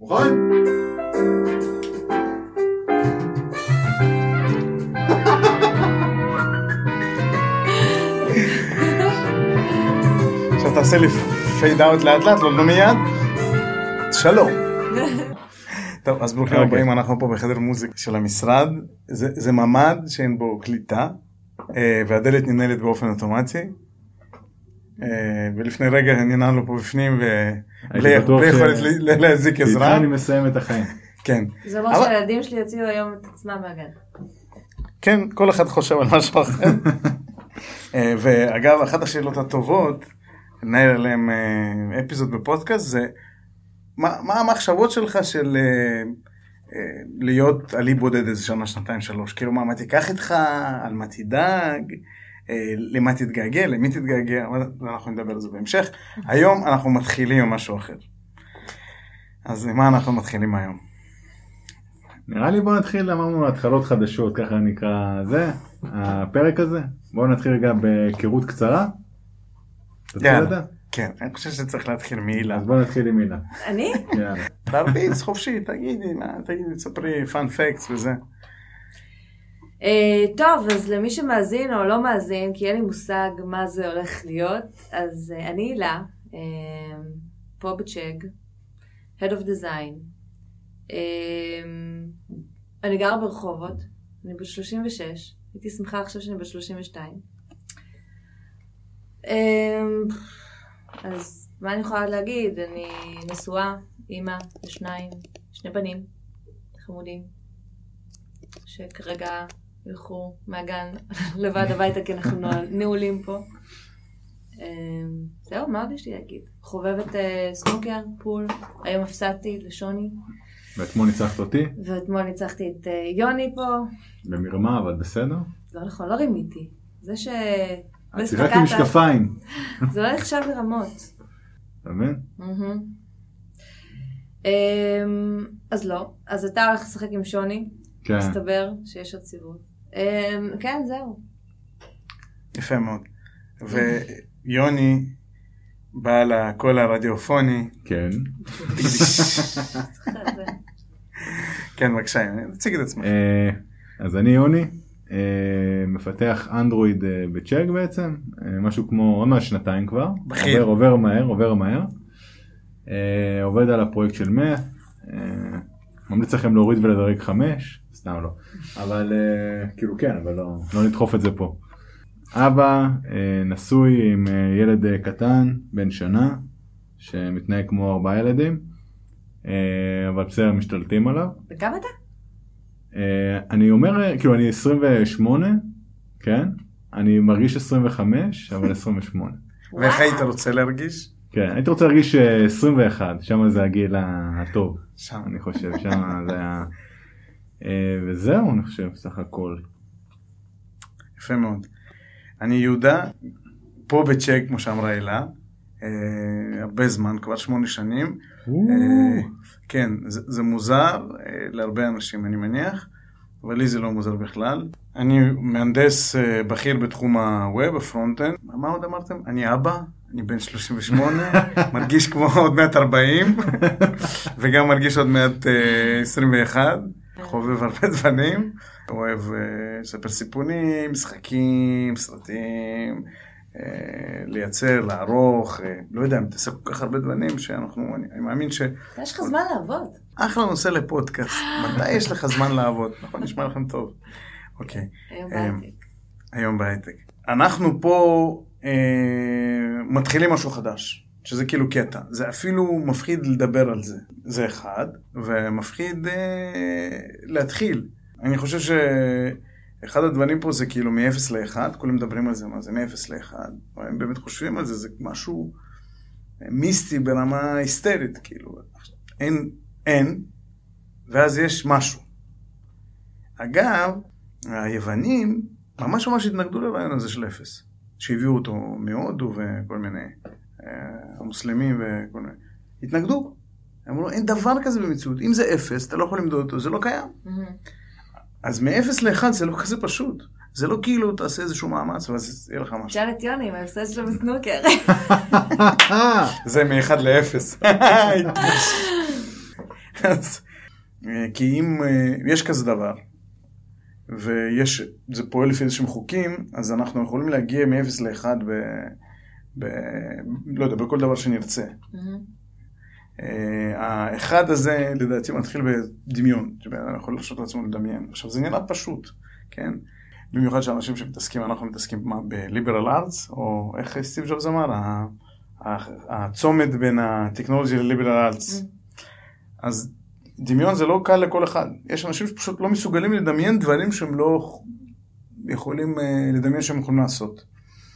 מוכן? עכשיו תעשה לי פייד אאוט לאט לאט, לא מיד. שלום. טוב, אז ברוכים הבאים, אנחנו פה בחדר מוזיקה של המשרד. זה ממד שאין בו קליטה, והדלת ננעלת באופן אוטומטי. ולפני רגע ננעלנו פה בפנים, ובלי יכולת להזיק עזרה. איתך אני מסיים את החיים. כן. זה אומר שהילדים שלי יוציאו היום את עצמם מהגן. כן, כל אחד חושב על משהו אחר. ואגב, אחת השאלות הטובות, נעיר עליהם אפיזוד בפודקאסט, זה מה המחשבות שלך של להיות עלי בודד איזה שנה, שנתיים, שלוש? כאילו מה תיקח איתך, על מה תדאג, למה תתגעגע, למי תתגעגע, אנחנו נדבר על זה בהמשך. היום אנחנו מתחילים עם משהו אחר. אז מה אנחנו מתחילים היום? נראה לי בוא נתחיל, אמרנו התחלות חדשות, ככה נקרא זה, הפרק הזה. בואו נתחיל רגע בהיכרות קצרה. יאללה. כן, אני חושב שצריך להתחיל מילה. אז בואו נתחיל עם מילה. אני? יאללה. תרביץ, חופשי, תגידי, תספרי פאנ פקס וזה. טוב, אז למי שמאזין או לא מאזין, כי אין לי מושג מה זה הולך להיות, אז אני הילה, פה בצ'ג, Head of Design. אני גרה ברחובות, אני בת 36, הייתי שמחה עכשיו שאני בת 32. אז מה אני יכולה להגיד? אני נשואה, אימא, שני בנים חמודים, שכרגע ילכו מהגן לבד הביתה, כי אנחנו נעולים פה. זהו, מה עוד יש לי להגיד? חובבת סנוקר, פול, היום הפסדתי לשוני. ואתמול ניצחת אותי. ואתמול ניצחתי את יוני פה. במרמה, אבל בסדר. לא נכון, לא רימיתי. זה ש... את רק עם משקפיים. זה לא נחשב לרמות. אתה מבין? אז לא. אז אתה הולך לשחק עם שוני. כן. מסתבר שיש עוד סיבוב. כן, זהו. יפה מאוד. ויוני בא לקול הרדיופוני. כן. כן, בבקשה, תציג את עצמך. אז אני יוני, מפתח אנדרואיד בצ'ק בעצם, משהו כמו עוד מעט שנתיים כבר. בכיר. עובר מהר. עובד על הפרויקט של 100. ממליץ לכם להוריד ולדרג 5, סתם לא. אבל כאילו כן, אבל לא נדחוף את זה פה. אבא נשוי עם ילד קטן, בן שנה, שמתנהג כמו 4 ילדים, אבל בסדר משתלטים עליו. וכמה אתה? אני אומר, כאילו אני 28, כן? אני מרגיש 25, אבל 28. ואיך היית רוצה להרגיש? כן, הייתי רוצה להרגיש 21, שם זה הגיל הטוב. שם. אני חושב, שם זה היה... וזהו, אני חושב, סך הכל. יפה מאוד. אני יהודה, פה בצ'ק, כמו שאמרה הילה, הרבה זמן, כבר 8 שנים. כן, זה מוזר להרבה אנשים, אני מניח, אבל לי זה לא מוזר בכלל. אני מהנדס בכיר בתחום הווב, הפרונט-אנד. מה עוד אמרתם? אני אבא, אני בן 38, מרגיש כמו עוד מעט 40, וגם מרגיש עוד מעט 21, חובב הרבה דברים. אוהב לספר סיפורים, משחקים, סרטים, לייצר, לערוך, לא יודע, מתעסק כל כך הרבה דברים שאנחנו, אני מאמין ש... יש לך זמן לעבוד. אחלה נושא לפודקאסט, מתי יש לך זמן לעבוד? נכון, נשמע לכם טוב. אוקיי. היום בהייטק. היום בהייטק. אנחנו פה מתחילים משהו חדש, שזה כאילו קטע. זה אפילו מפחיד לדבר על זה. זה אחד, ומפחיד להתחיל. אני חושב שאחד הדברים פה זה כאילו מ-0 ל-1, כולם מדברים על זה, מה זה מ-0 ל-1, הם באמת חושבים על זה, זה משהו מיסטי ברמה היסטרית, כאילו, אין, ואז יש משהו. אגב, היוונים ממש התנגדו לרעיון הזה של 0, שהביאו אותו מהודו וכל מיני, המוסלמים וכל מיני, התנגדו. הם אמרו, אין דבר כזה במציאות, אם זה 0, אתה לא יכול למדוד אותו, זה לא קיים. אז מ-0 ל-1 זה לא כזה פשוט. זה לא כאילו תעשה איזשהו מאמץ, ואז יהיה לך משהו. שאל את יוני, מההפסד שלו בסנוקר. זה מ-1 ל-0. כי אם יש כזה דבר, זה פועל לפי איזשהם חוקים, אז אנחנו יכולים להגיע מ-0 ל-1 לא יודע, בכל דבר שנרצה. האחד הזה, לדעתי, מתחיל בדמיון, שבאדם יכול לחשוב את עצמו לדמיין. עכשיו, זה נראה פשוט, כן? במיוחד שאנשים שמתעסקים, אנחנו מתעסקים ב-liberal arts, או איך סטיב ג'ובס אמר, הצומת בין הטכנולוגיה ל-liberal arts. אז דמיון זה לא קל לכל אחד. יש אנשים שפשוט לא מסוגלים לדמיין דברים שהם לא יכולים לדמיין שהם יכולים לעשות.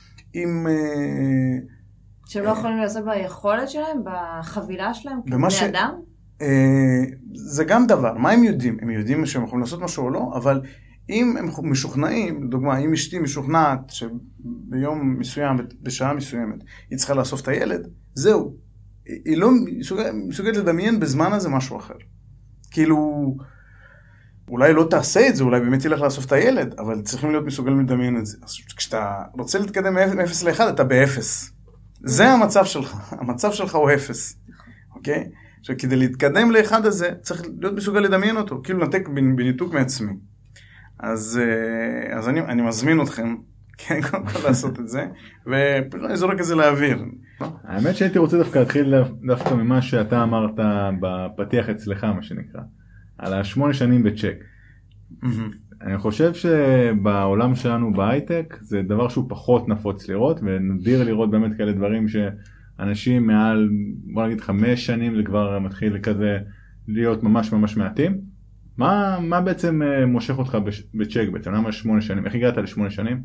שהם לא יכולים לעשות ביכולת שלהם, בחבילה שלהם, כבני אדם? זה גם דבר. מה הם יודעים? הם יודעים שהם יכולים לעשות משהו או לא, אבל אם הם משוכנעים, לדוגמה, אם אשתי משוכנעת שביום מסוים, בשעה מסוימת, היא צריכה לאסוף את הילד, זהו. היא לא מסוגלת לדמיין בזמן הזה משהו אחר. כאילו, אולי לא תעשה את זה, אולי באמת תלך לאסוף את הילד, אבל צריכים להיות מסוגלים לדמיין את זה. אז כשאתה רוצה להתקדם מ-0 ל-1, אתה ב-0. זה המצב שלך. המצב שלך הוא 0. אוקיי? עכשיו, כדי להתקדם ל-1 הזה, צריך להיות מסוגל לדמיין אותו, כאילו נתק בניתוק מעצמי. אז אני מזמין אתכם, כן, קודם כל לעשות את זה, ואני זורק את זה לאוויר. האמת שהייתי רוצה דווקא להתחיל דווקא ממה שאתה אמרת בפתיח אצלך, מה שנקרא, על 8 שנים בצ'ק. אני חושב שבעולם שלנו בהייטק, זה דבר שהוא פחות נפוץ לראות, ונדיר לראות באמת כאלה דברים שאנשים מעל, בוא נגיד 5 שנים, זה כבר מתחיל כזה להיות ממש ממש מעטים. מה בעצם מושך אותך בצ'ק בעצם? למה 8 שנים? איך הגעת ל8 שנים?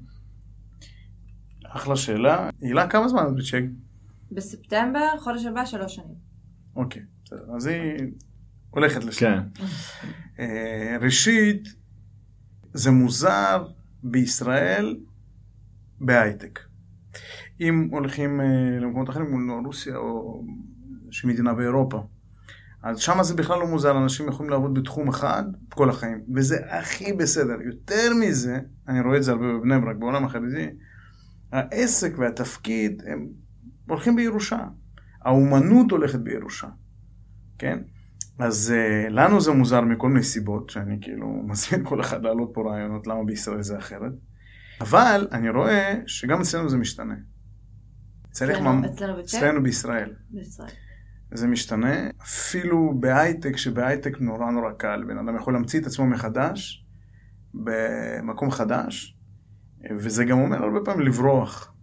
אחלה שאלה. הילה, כמה זמן את בצ'ק? בספטמבר, חודש הבא, 3 שנים. אוקיי, בסדר. אז היא הולכת לשם. כן. ראשית, זה מוזר בישראל בהייטק. אם הולכים למקומות אחרים, מול רוסיה או מדינה באירופה, אז שם זה בכלל לא מוזר, אנשים יכולים לעבוד בתחום אחד כל החיים, וזה הכי בסדר. יותר מזה, אני רואה את זה הרבה בבני ברק, בעולם החרדי, העסק והתפקיד הם הולכים בירושה. האומנות הולכת בירושה, כן? אז לנו זה מוזר מכל מיני סיבות, שאני כאילו מזמין כל אחד לעלות פה רעיונות למה בישראל זה אחרת. אבל אני רואה שגם אצלנו זה משתנה. אצלנו בישראל. זה משתנה, אפילו בהייטק, שבהייטק נורא נורא קל, בן אדם יכול להמציא את עצמו מחדש, במקום חדש, וזה גם אומר הרבה פעמים לברוח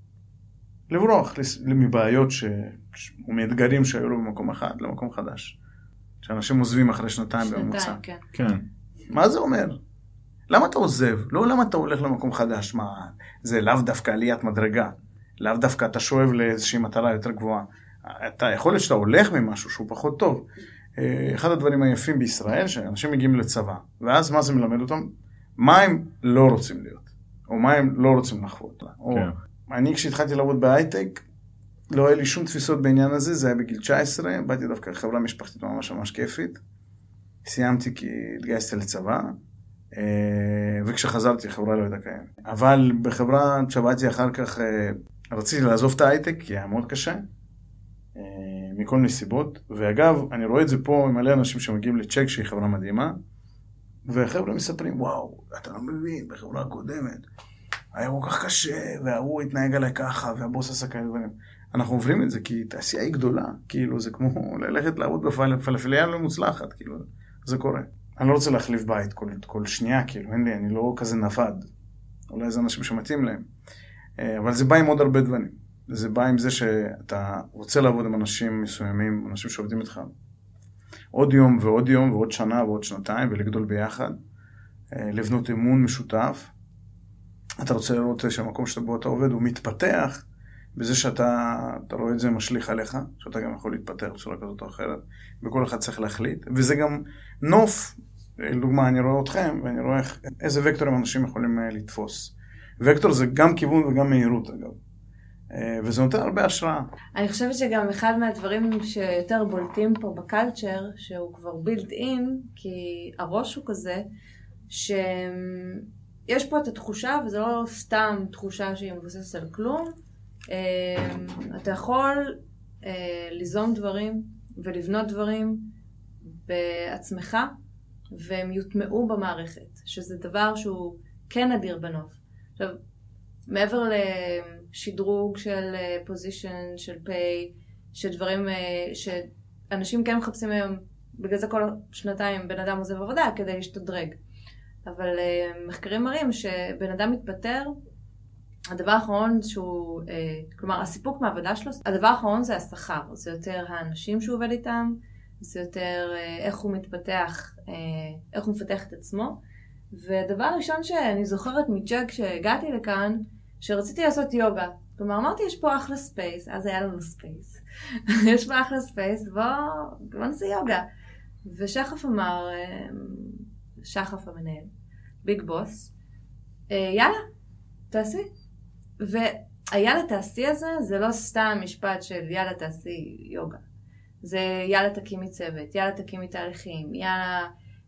מבעיות ומאתגרים שהיו לו במקום אחד למקום חדש. שאנשים עוזבים אחרי 2 בממוצע. כן. מה זה אומר? למה אתה עוזב? לא למה אתה הולך למקום חדש, מה? זה לאו דווקא עליית מדרגה, לאו דווקא אתה שואב לאיזושהי מטרה יותר גבוהה. אתה יכול להיות שאתה הולך ממשהו שהוא פחות טוב. אחד הדברים היפים בישראל, שאנשים מגיעים לצבא, ואז מה זה מלמד אותם? מה הם לא רוצים להיות, או מה הם לא רוצים לחוות. אני כשהתחלתי לעבוד בהייטק, לא היה לי שום תפיסות בעניין הזה, זה היה בגיל 19, באתי דווקא לחברה משפחתית ממש ממש כיפית, סיימתי כי התגייסתי לצבא, וכשחזרתי החברה לא הייתה קיימת. אבל בחברה שבאתי אחר כך, רציתי לעזוב את ההייטק, כי היה מאוד קשה, מכל מיני סיבות, ואגב, אני רואה את זה פה עם מלא אנשים שמגיעים לצ'ק שהיא חברה מדהימה, והחבר'ה מספרים, וואו, אתה לא מבין, בחברה הקודמת, היה כל כך קשה, והוא התנהג עליי ככה, והבוס עשה כאלה דברים. אנחנו עוברים את זה, כי תעשייה היא גדולה, כאילו, זה כמו ללכת לעבוד בפלאפליה לא מוצלחת, כאילו, זה קורה. אני לא רוצה להחליף בית כל שנייה, כאילו, אין לי, אני לא כזה נווד, אולי זה אנשים שמתאים להם, אבל זה בא עם עוד הרבה דברים. זה בא עם זה שאתה רוצה לעבוד עם אנשים מסוימים, אנשים שעובדים איתך, עוד יום ועוד יום ועוד שנה ועוד שנתיים, ולגדול ביחד, לבנות אמון משותף. אתה רוצה לראות שהמקום שבו אתה עובד הוא מתפתח, בזה שאתה רואה את זה משליך עליך, שאתה גם יכול להתפתח בצורה כזאת או אחרת, וכל אחד צריך להחליט. וזה גם נוף, לדוגמה, אני רואה אתכם, ואני רואה איזה וקטורים אנשים יכולים לתפוס. וקטור זה גם כיוון וגם מהירות, אגב. וזה נותן הרבה השראה. אני חושבת שגם אחד מהדברים שיותר בולטים פה בקלצ'ר, שהוא כבר בילד אין, כי הראש הוא כזה, שיש פה את התחושה, וזה לא סתם תחושה שהיא מבוססת על כלום, אתה יכול ליזום דברים ולבנות דברים בעצמך, והם יוטמעו במערכת, שזה דבר שהוא כן אדיר בנוף. עכשיו, מעבר לשדרוג של פוזישן, של פיי, של דברים שאנשים כן מחפשים היום, בגלל זה כל שנתיים בן אדם עוזב עבודה כדי להשתדרג. אבל מחקרים מראים שבן אדם מתפטר, הדבר האחרון שהוא, כלומר הסיפוק מהעבודה שלו, הדבר האחרון זה השכר, זה יותר האנשים שהוא עובד איתם, זה יותר איך הוא מתפתח, איך הוא מפתח את עצמו. והדבר הראשון שאני זוכרת מצ'ק שהגעתי לכאן, שרציתי לעשות יוגה. כלומר, אמרתי, יש פה אחלה ספייס, אז היה לנו ספייס. יש פה אחלה ספייס, בוא נעשה יוגה. ושחף אמר, שחף המנהל, ביג בוס, יאללה, תעשי. והיאללה תעשי הזה, זה לא סתם משפט של יאללה תעשי יוגה. זה יאללה תקימי צוות, יאללה תקימי תהליכים, יאללה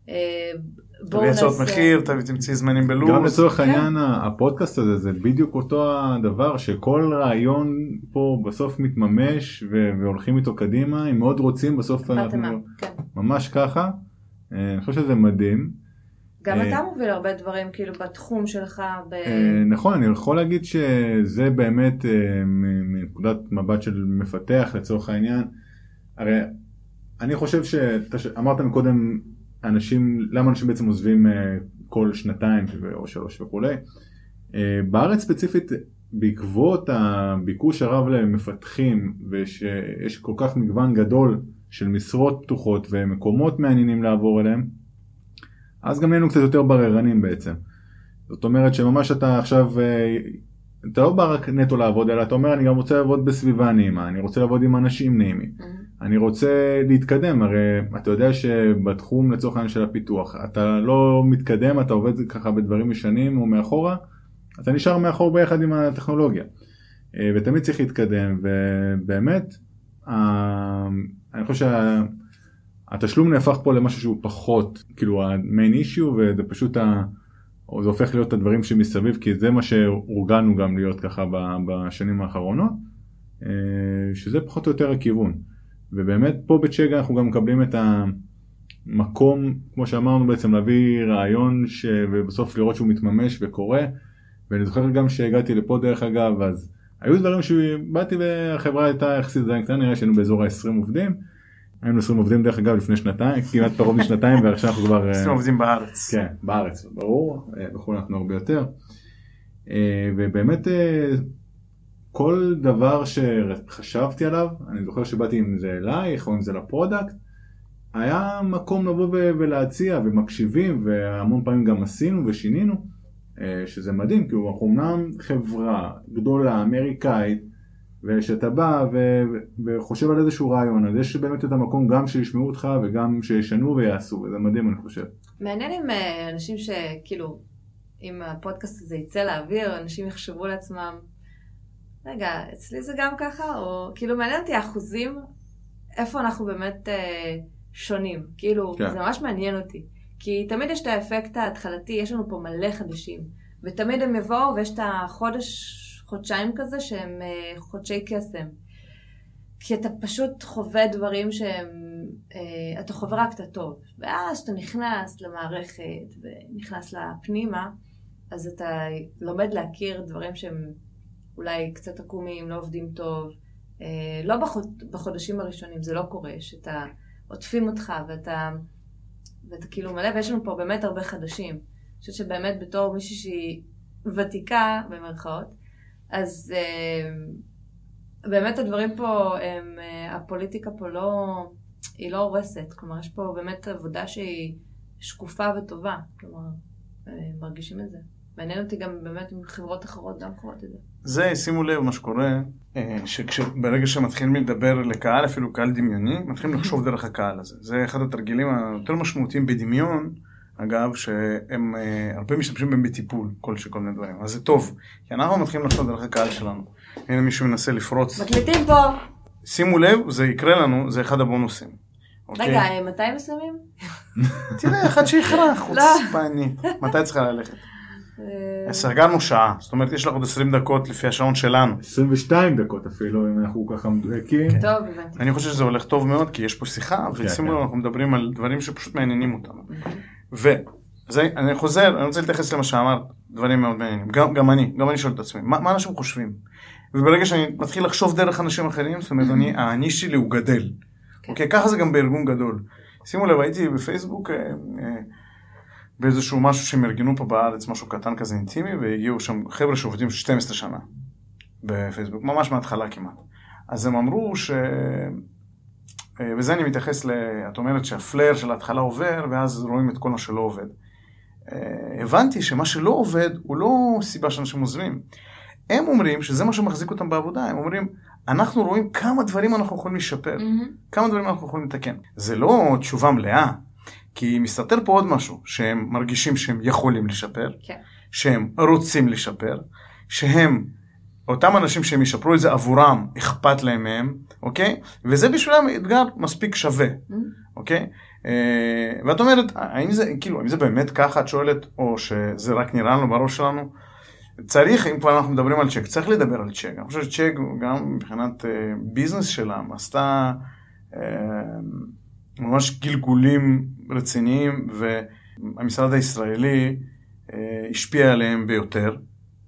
תביא הצעות מחיר, תמצאי זמנים בלוז. גם לצורך העניין הפודקאסט הזה זה בדיוק אותו הדבר שכל רעיון פה בסוף מתממש והולכים איתו קדימה, אם מאוד רוצים בסוף ממש ככה. אני חושב שזה מדהים. גם אתה מוביל הרבה דברים כאילו בתחום שלך. נכון, אני יכול להגיד שזה באמת מנקודת מבט של מפתח לצורך העניין. הרי אני חושב שאמרת מקודם למה אנשים בעצם עוזבים כל שנתיים או 3 וכולי. בארץ ספציפית, בעקבות הביקוש הרב למפתחים, ושיש כל כך מגוון גדול של משרות פתוחות ומקומות מעניינים לעבור אליהם, אז גם נהיינו קצת יותר בררנים בעצם. זאת אומרת שממש אתה עכשיו, אתה לא בא רק נטו לעבוד, אלא אתה אומר אני גם רוצה לעבוד בסביבה נעימה, אני רוצה לעבוד עם אנשים נעימים. אני רוצה להתקדם, הרי אתה יודע שבתחום לצורך העניין של הפיתוח, אתה לא מתקדם, אתה עובד ככה בדברים ישנים או מאחורה, אתה נשאר מאחור ביחד עם הטכנולוגיה. ותמיד צריך להתקדם, ובאמת, אני חושב שהתשלום נהפך פה למשהו שהוא פחות, כאילו ה-main issue, וזה פשוט, זה הופך להיות הדברים שמסביב, כי זה מה שהורגלנו גם להיות ככה בשנים האחרונות, שזה פחות או יותר הכיוון. ובאמת פה בצ'גה אנחנו גם מקבלים את המקום, כמו שאמרנו בעצם, להביא רעיון ובסוף לראות שהוא מתממש וקורה. ואני זוכר גם שהגעתי לפה דרך אגב, אז היו דברים שבאתי והחברה הייתה יחסית זמן קטנה, נראה שהיינו באזור ה-20 עובדים. היינו 20 עובדים דרך אגב לפני שנתיים, כמעט קרוב לשנתיים, ועכשיו אנחנו כבר 20 עובדים בארץ. כן, בארץ, ברור, בכל אנחנו הרבה יותר. ובאמת כל דבר שחשבתי עליו, אני זוכר שבאתי אם זה אלייך או אם זה לפרודקט, היה מקום לבוא ולהציע ומקשיבים, והמון פעמים גם עשינו ושינינו, שזה מדהים, כי אנחנו אומנם חברה גדולה, אמריקאית, ושאתה בא וחושב על איזשהו רעיון, אז יש באמת את המקום גם שישמעו אותך וגם שישנו ויעשו, וזה מדהים אני חושב. מעניין עם אנשים שכאילו, אם הפודקאסט הזה יצא לאוויר, אנשים יחשבו לעצמם, רגע, אצלי זה גם ככה, או כאילו מעניין אותי האחוזים, איפה אנחנו באמת שונים, כאילו כן. זה ממש מעניין אותי, כי תמיד יש את האפקט ההתחלתי, יש לנו פה מלא חדשים, ותמיד הם יבואו ויש את חודשיים כזה שהם חודשי קסם, כי אתה פשוט חווה דברים שהם, אתה חווה רק את הטוב, ואז אתה נכנס למערכת ונכנס לפנימה, אז אתה לומד להכיר דברים שהם אולי קצת עקומים, לא עובדים טוב, לא בחודשים הראשונים, זה לא קורה, שאתה עוטפים אותך ואתה כאילו מלא, ויש לנו פה באמת הרבה חדשים. אני חושבת שבאמת בתור מישהי שהיא ותיקה במרכאות, אז באמת הדברים פה, הפוליטיקה פה היא לא הורסת, כלומר יש פה באמת עבודה שהיא שקופה וטובה, כלומר מרגישים את זה. מעניין אותי גם באמת עם חברות אחרות, גם חברות את זה. זה, שימו לב מה שקורה, שברגע שמתחילים לדבר לקהל, אפילו קהל דמיוני, מתחילים לחשוב דרך הקהל הזה. זה אחד התרגילים היותר משמעותיים בדמיון, אגב, שהם הרבה משתמשים בהם בטיפול, כל מיני דברים. אז זה טוב, כי אנחנו מתחילים לחשוב דרך הקהל שלנו. הנה מישהו מנסה לפרוץ. מקליטים פה. שימו לב, זה יקרה לנו, זה אחד הבונוסים. רגע, מתי מסיימים? תראה, אחד שיחרח, חוצפני. מתי צריכה ללכת? סרגלנו שעה, זאת אומרת יש לך עוד 20 דקות לפי השעון שלנו. 22 דקות אפילו, אם אנחנו ככה מדויקים. טוב, הבנתי. אני חושב שזה הולך טוב מאוד, כי יש פה שיחה, ושימו לנו, אנחנו מדברים על דברים שפשוט מעניינים אותנו. ואני חוזר, אני רוצה להתייחס למה שאמרת, דברים מאוד מעניינים. גם אני שואל את עצמי, מה אנשים חושבים? וברגע שאני מתחיל לחשוב דרך אנשים אחרים, זאת אומרת, האני שלי הוא גדל. אוקיי, ככה זה גם בארגון גדול. שימו לב, הייתי בפייסבוק, באיזשהו משהו שהם ארגנו פה בארץ, משהו קטן כזה אינטימי, והגיעו שם חבר'ה שעובדים 12 שנה בפייסבוק, ממש מההתחלה כמעט. אז הם אמרו וזה אני מתייחס את אומרת שהפלר של ההתחלה עובר, ואז רואים את כל מה שלא עובד. הבנתי שמה שלא עובד, הוא לא סיבה שאנשים עוזבים. הם אומרים שזה מה שמחזיק אותם בעבודה, הם אומרים, אנחנו רואים כמה דברים אנחנו יכולים לשפר, כמה דברים אנחנו יכולים לתקן. זה לא תשובה מלאה, כי מסתתר פה עוד משהו, שהם מרגישים שהם יכולים לשפר, שהם רוצים לשפר, שהם, אותם אנשים שהם ישפרו את זה עבורם, אכפת להם מהם, אוקיי? וזה בשבילם אתגר מספיק שווה, אוקיי? ואת אומרת, האם זה באמת ככה, את שואלת, או שזה רק נראה לנו בראש שלנו? צריך, אם כבר אנחנו מדברים על צ'ק, צריך לדבר על צ'ק. אני חושב שצ'ק, גם מבחינת ביזנס שלה, עשתה ממש גלגולים רציניים, והמשרד הישראלי השפיע עליהם ביותר.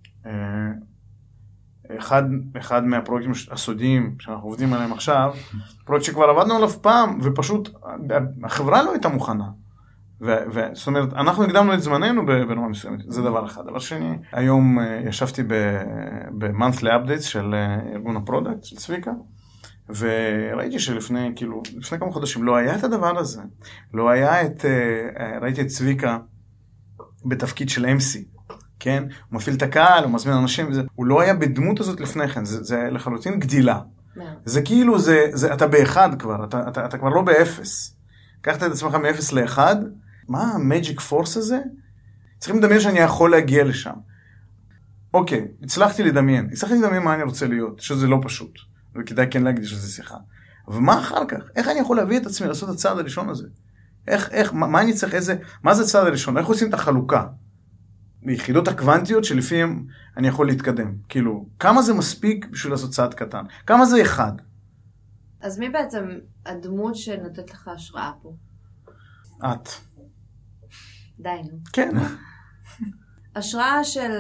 אחד מהפרויקטים הסודיים שאנחנו עובדים עליהם עכשיו, פרויקט שכבר עבדנו עליו פעם, ופשוט החברה לא הייתה מוכנה. זאת אומרת, אנחנו הקדמנו את זמננו ברמה מסוימת, זה דבר אחד. דבר שני, היום ישבתי ב-monthly updates של ארגון הפרודקט, של צביקה, וראיתי שלפני כמה חודשים לא היה את הדבר הזה. לא היה ראיתי את צביקה בתפקיד של MC, כן? הוא מפעיל את הקהל, הוא מזמין אנשים, הוא לא היה בדמות הזאת לפני כן, זה לחלוטין גדילה. זה כאילו, אתה באחד כבר, אתה כבר לא באפס. קחת את עצמך מ-0 ל-1, מה המג'יק פורס הזה? צריכים לדמיין שאני יכול להגיע לשם. אוקיי, הצלחתי לדמיין מה אני רוצה להיות, שזה לא פשוט, וכדאי כן להגיד שזה שיחה. אבל מה אחר כך? איך אני יכול להביא את עצמי לעשות את הצעד הראשון הזה? מה אני צריך, מה זה הצעד הראשון? איך עושים את החלוקה? ביחידות הקוונטיות שלפיהם אני יכול להתקדם. כאילו, כמה זה מספיק בשביל לעשות צעד קטן? כמה זה אחד? אז מי בעצם הדמות שנותנת לך השראה פה? את. די, נו. כן. השראה של...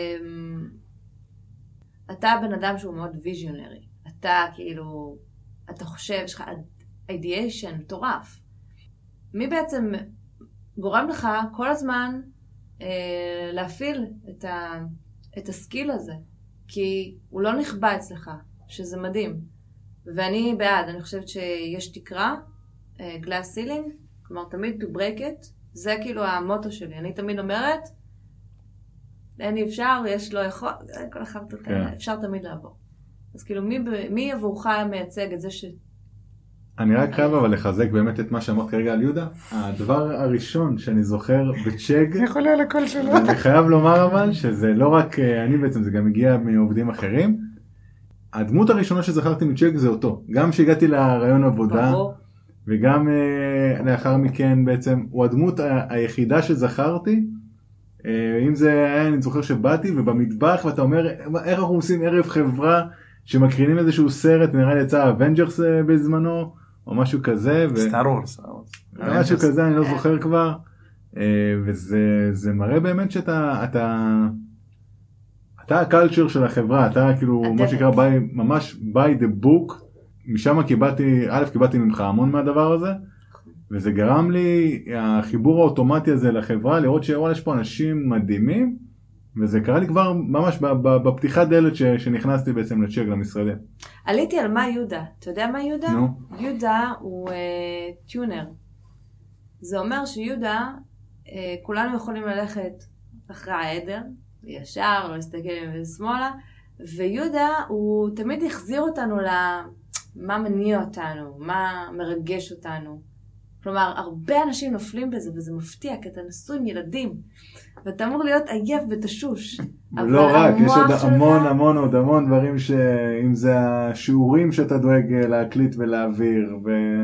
אתה בן אדם שהוא מאוד ויז'ונרי. אתה כאילו... אתה חושב, יש לך אידיאשן מטורף. מי בעצם גורם לך כל הזמן להפעיל את הסקיל הזה? כי הוא לא נכבה אצלך, שזה מדהים. ואני בעד, אני חושבת שיש תקרה, glass ceiling, כלומר תמיד to break it, זה כאילו המוטו שלי. אני תמיד אומרת, אין לי אפשר, יש לא יכול, כל אחד אפשר תמיד לעבור. אז כאילו מי עבורך מייצג את זה ש... אני רק חייב אבל לחזק באמת את מה שאמרת כרגע על יהודה. הדבר הראשון שאני זוכר בצ'ג, אני יכול על הכל שלו. אני חייב לומר אבל שזה לא רק אני בעצם, זה גם הגיע מעובדים אחרים. הדמות הראשונה שזכרתי מצ'ק זה אותו. גם שהגעתי לרעיון עבודה, וגם לאחר מכן בעצם, הוא הדמות היחידה שזכרתי. אם זה היה, אני זוכר שבאתי ובמטבח ואתה אומר, איך אנחנו עושים ערב חברה שמקרינים איזשהו סרט, נראה לי יצא אבנג'רס בזמנו, או משהו כזה. סטאר וורס. משהו כזה, אני לא זוכר כבר. וזה מראה באמת שאתה הקלצ'ר של החברה, אתה כאילו מה שקרה ממש by the book, משם קיבלתי ממך המון מהדבר הזה, וזה גרם לי, החיבור האוטומטי הזה לחברה, לראות שוואלה יש פה אנשים מדהימים, וזה קרה לי כבר ממש בפתיחת דלת שנכנסתי בעצם לצ'ק למשרדים. עליתי על מה יהודה, אתה יודע מה יהודה? יהודה הוא טיונר. זה אומר שיהודה, כולנו יכולים ללכת אחרי העדר, ישר, לא להסתכל לשמאלה, ויהודה הוא תמיד החזיר אותנו למה מניע אותנו, מה מרגש אותנו. כלומר, הרבה אנשים נופלים בזה, וזה מפתיע, כי אתה נשוי עם ילדים, ואתה אמור להיות עייף ותשוש. לא רק, יש עוד המון דברים, אם זה השיעורים שאתה דואג להקליט ולהעביר,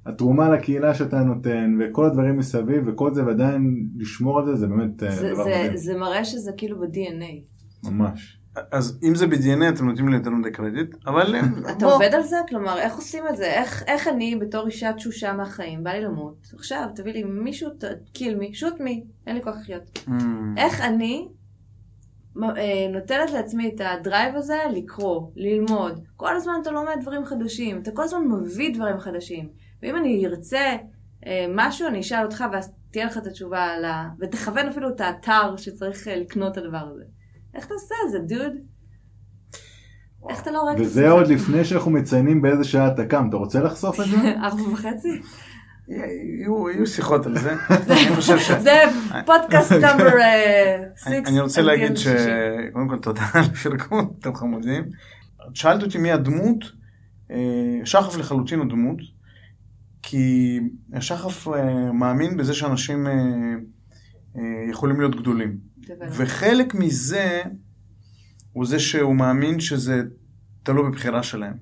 התרומה לקהילה שאתה נותן, וכל הדברים מסביב, וכל זה, ועדיין לשמור על זה, זה באמת דבר מדהים. זה מראה שזה כאילו ב-DNA. ממש. אז אם זה ב-DNA, אתם נותנים לי יותר מדי קרדיט, אבל... אתה עובד על זה? כלומר, איך עושים את זה? איך אני, בתור אישה תשושה מהחיים, בא לי למות? עכשיו, תביא לי מישהו, kill me, shoot me, אין לי כוח לחיות. איך אני נותנת לעצמי את הדרייב הזה לקרוא, ללמוד. כל הזמן אתה לומד דברים חדשים, אתה כל הזמן מביא דברים חדשים. ואם אני ארצה משהו, אני אשאל אותך, ואז תהיה לך את התשובה ותכוון אפילו את האתר שצריך לקנות את הדבר הזה. איך אתה עושה את זה, דוד? איך אתה לא רואה את זה? וזה עוד לפני שאנחנו מציינים באיזה שעה אתה קם. אתה רוצה לחשוף את זה? 4:30? יהיו שיחות על זה. אני חושב ש... זה פודקאסט נאמבר 6. אני רוצה להגיד שקודם כל תודה על הפרגון, אתם חמודים. שאלת אותי מי הדמות, שחף לחלוטין הוא דמות, כי שחף מאמין בזה שאנשים יכולים להיות גדולים. וחלק מזה הוא זה שהוא מאמין שזה תלוי בבחירה שלהם.